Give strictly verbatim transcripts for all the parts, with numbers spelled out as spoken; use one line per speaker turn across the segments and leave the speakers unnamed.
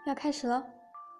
要开始了。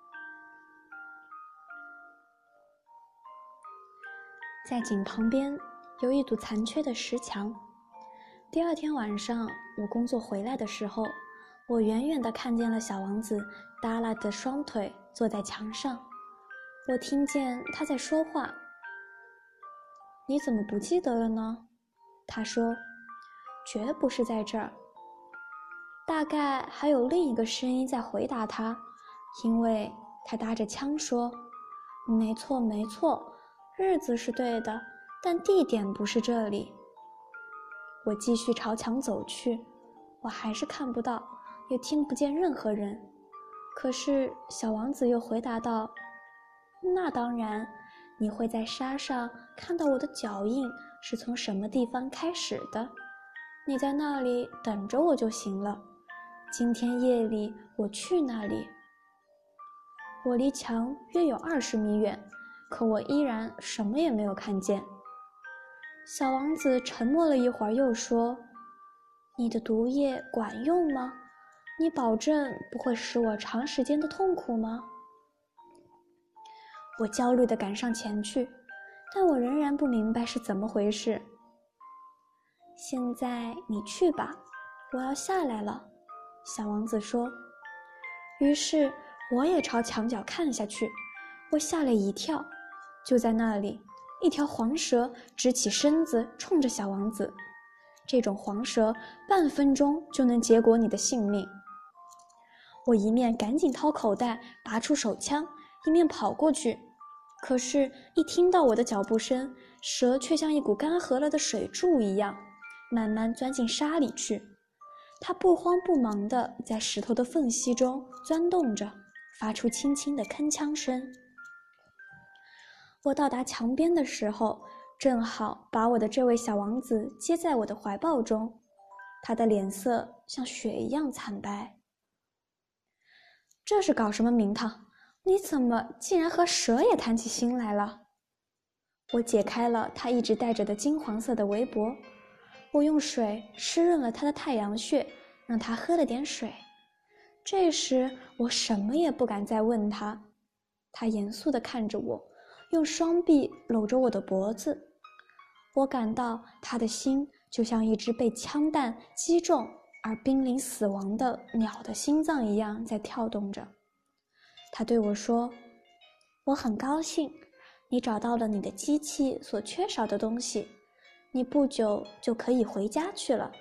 在井旁边有一堵残缺的石墙。第二天晚上，我工作回来的时候，我远远地看见了小王子耷拉着双腿坐在墙上。我听见他在说话。你怎么不记得了呢？他说，绝不是在这儿。大概还有另一个声音在回答他，因为他搭着腔说，没错没错，日子是对的，但地点不是这里。我继续朝墙走去，我还是看不到，也听不见任何人。可是小王子又回答道，那当然，你会在沙上看到我的脚印是从什么地方开始的，你在那里等着我就行了。今天夜里我去那里。我离墙约有二十米远，可我依然什么也没有看见。小王子沉默了一会儿，又说，你的毒液管用吗？你保证不会使我长时间的痛苦吗？我焦虑地赶上前去，但我仍然不明白是怎么回事。现在你去吧，我要下来了，小王子说。于是我也朝墙角看下去，我吓了一跳。就在那里，一条黄蛇直起身子冲着小王子。这种黄蛇半分钟就能结果你的性命。我一面赶紧掏口袋拔出手枪，一面跑过去。可是一听到我的脚步声，蛇却像一股干涸了的水柱一样慢慢钻进沙里去。它不慌不忙地在石头的缝隙中钻动着，发出轻轻的铿锵声。我到达墙边的时候，正好把我的这位小王子接在我的怀抱中，他的脸色像雪一样惨白。这是搞什么名堂？你怎么竟然和蛇也谈起心来了？我解开了他一直戴着的金黄色的围脖，我用水湿润了他的太阳穴，让他喝了点水。这时我什么也不敢再问他，他严肃地看着我，用双臂搂着我的脖子。我感到他的心就像一只被枪弹击中而濒临死亡的鸟的心脏一样在跳动着。他对我说，我很高兴你找到了你的机器所缺少的东西，你不久就可以回家去了。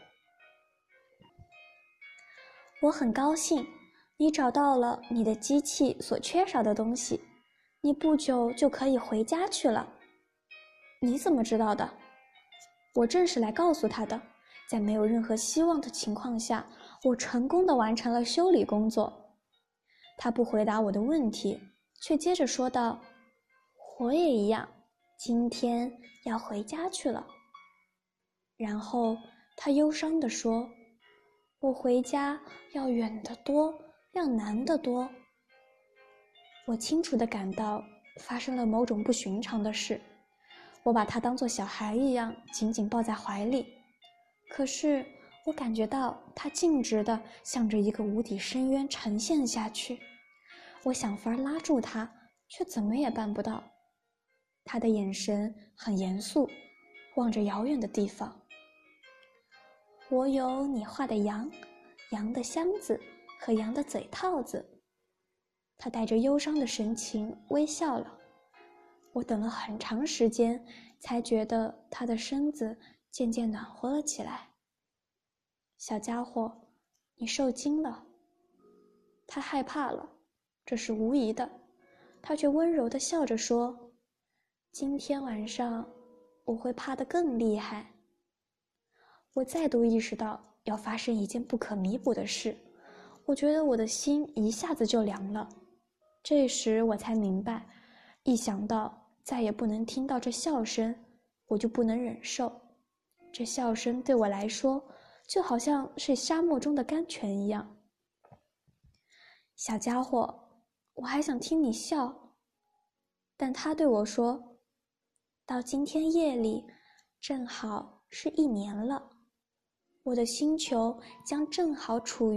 我很高兴你找到了你的机器所缺少的东西，你不久就可以回家去了。你怎么知道的？我正是来告诉他的。在没有任何希望的情况下，我成功地完成了修理工作。他不回答我的问题，却接着说道，我也一样，今天要回家去了。然后他忧伤地说，我回家要远得多，要难得多。我清楚地感到发生了某种不寻常的事，我把他当作小孩一样紧紧抱在怀里。可是我感觉到他径直地向着一个无底深渊沉陷下去，我想法拉住他，却怎么也办不到。他的眼神很严肃，望着遥远的地方。我有你画的羊，羊的箱子和羊的嘴套子。他带着忧伤的神情微笑了。我等了很长时间，才觉得他的身子渐渐暖和了起来。小家伙，你受惊了。他害怕了，这是无疑的。他却温柔地笑着说，今天晚上我会怕得更厉害。我再度意识到要发生一件不可弥补的事，我觉得我的心一下子就凉了。这时我才明白，一想到再也不能听到这笑声，我就不能忍受。这笑声对我来说就好像是沙漠中的甘泉一样。小家伙，我还想听你笑。但他对我说，到今天夜里正好是一年了，我的星球将正好处于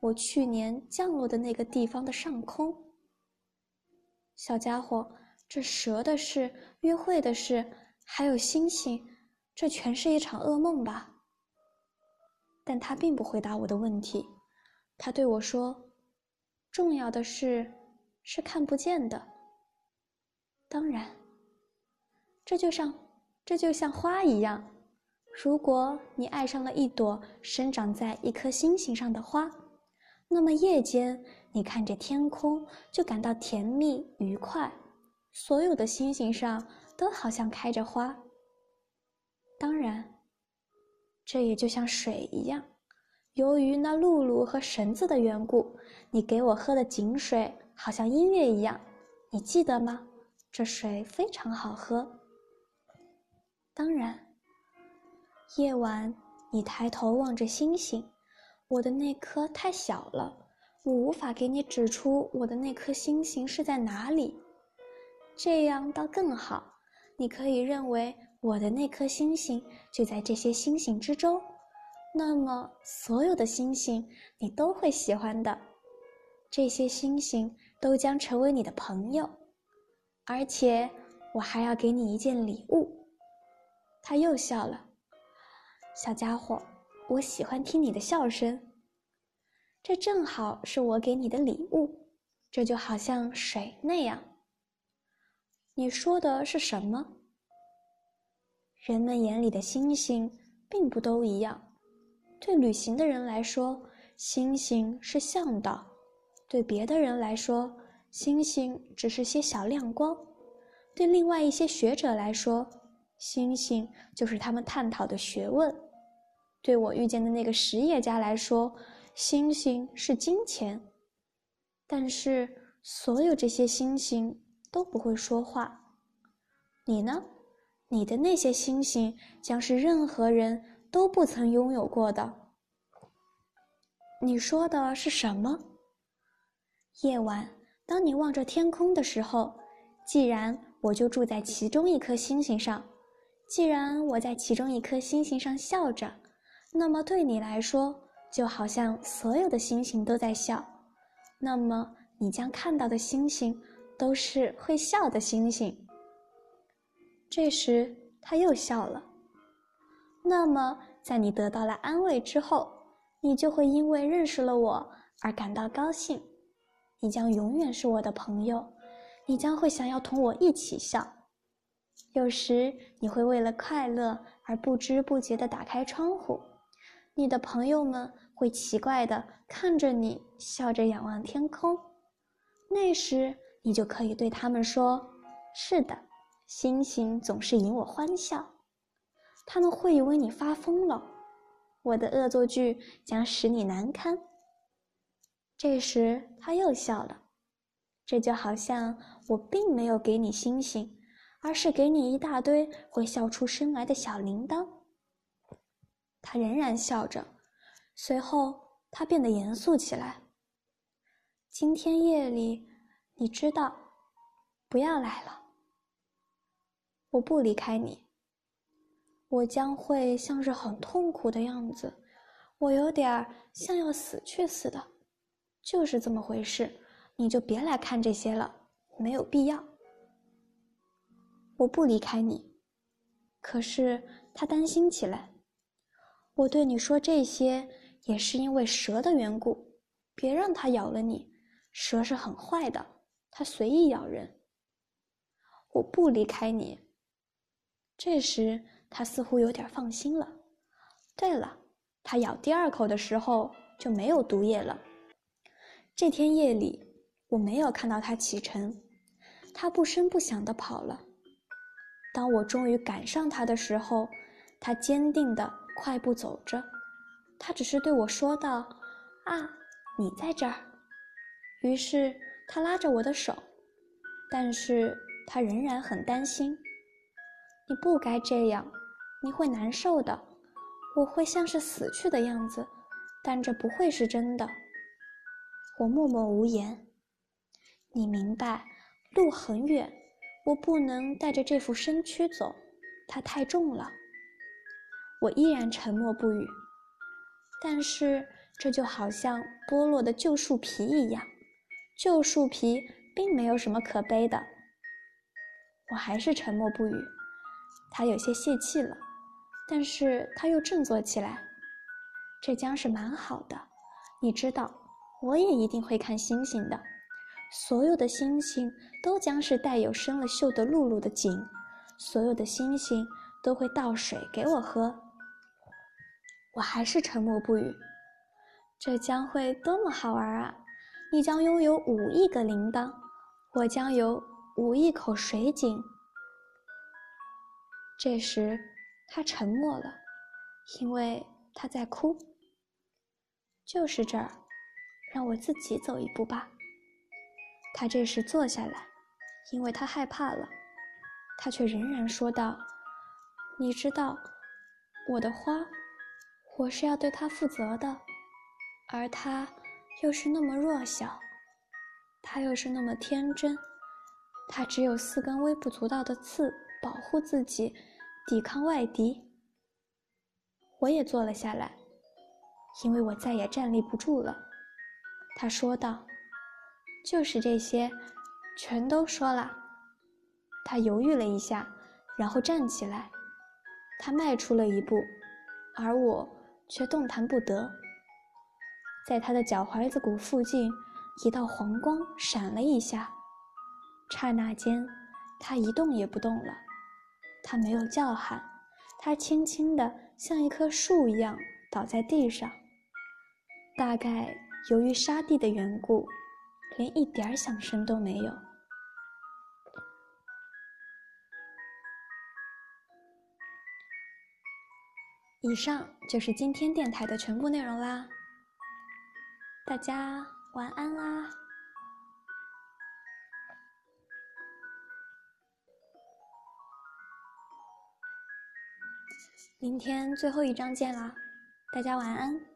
我去年降落的那个地方的上空。小家伙，这蛇的事、约会的事，还有星星，这全是一场噩梦吧？但他并不回答我的问题，他对我说，重要的事是看不见的。当然，这就像这就像花一样，如果你爱上了一朵生长在一颗星星上的花，那么夜间你看着天空就感到甜蜜愉快，所有的星星上都好像开着花。当然，这也就像水一样，由于那露露和绳子的缘故，你给我喝的井水好像音乐一样，你记得吗？这水非常好喝。当然，夜晚你抬头望着星星，我的那颗太小了，我无法给你指出我的那颗星星是在哪里。这样倒更好，你可以认为我的那颗星星就在这些星星之中，那么所有的星星你都会喜欢的，这些星星都将成为你的朋友，而且我还要给你一件礼物。他又笑了。小家伙，我喜欢听你的笑声，这正好是我给你的礼物，这就好像水那样。你说的是什么？人们眼里的星星并不都一样。对旅行的人来说，星星是向导；对别的人来说，星星只是些小亮光；对另外一些学者来说，星星就是他们探讨的学问；对我遇见的那个实业家来说，星星是金钱。但是所有这些星星都不会说话。你呢？你的那些星星将是任何人都不曾拥有过的。你说的是什么？夜晚，当你望着天空的时候，既然我就住在其中一颗星星上，既然我在其中一颗星星上笑着，那么对你来说，就好像所有的星星都在笑，那么你将看到的星星都是会笑的星星。这时他又笑了。那么在你得到了安慰之后，你就会因为认识了我而感到高兴，你将永远是我的朋友，你将会想要同我一起笑。有时你会为了快乐而不知不觉地打开窗户，你的朋友们会奇怪地看着你，笑着仰望天空。那时你就可以对他们说，是的，星星总是引我欢笑。他们会以为你发疯了，我的恶作剧将使你难堪。这时他又笑了，这就好像我并没有给你星星，而是给你一大堆会笑出声来的小铃铛。他仍然笑着，随后他变得严肃起来。今天夜里，你知道，不要来了。我不离开你。我将会像是很痛苦的样子，我有点像要死去似的。就是这么回事，你就别来看这些了，没有必要。我不离开你。可是他担心起来。我对你说这些，也是因为蛇的缘故，别让它咬了你。蛇是很坏的，它随意咬人。我不离开你。这时他似乎有点放心了。对了，他咬第二口的时候就没有毒液了。这天夜里，我没有看到他启程，他不声不响地跑了。当我终于赶上他的时候，他坚定地快步走着。他只是对我说道：“啊，你在这儿。”于是他拉着我的手，但是他仍然很担心。你不该这样，你会难受的。我会像是死去的样子，但这不会是真的。我默默无言。你明白，路很远，我不能带着这副身躯走，它太重了。我依然沉默不语。但是这就好像剥落的旧树皮一样，旧树皮并没有什么可悲的。我还是沉默不语。他有些泄气了，但是他又振作起来。这将是蛮好的，你知道，我也一定会看星星的。所有的星星都将是带有生了锈的露露的井，所有的星星都会倒水给我喝。我还是沉默不语。这将会多么好玩啊！你将拥有五亿个铃铛，我将有五亿口水井。这时他沉默了，因为他在哭。就是这儿，让我自己走一步吧。他这时坐下来，因为他害怕了。他却仍然说道：你知道，我的花，我是要对它负责的，而它又是那么弱小，它又是那么天真，它只有四根微不足道的刺保护自己，抵抗外敌。我也坐了下来，因为我再也站立不住了。他说道：就是这些，全都说了。他犹豫了一下，然后站起来。他迈出了一步，而我却动弹不得。在他的脚踝子骨附近，一道黄光闪了一下，刹那间，他一动也不动了。他没有叫喊，他轻轻地像一棵树一样倒在地上。大概由于沙地的缘故，连一点响声都没有。以上就是今天电台的全部内容啦，大家晚安啦。明天最后一章见啦，大家晚安。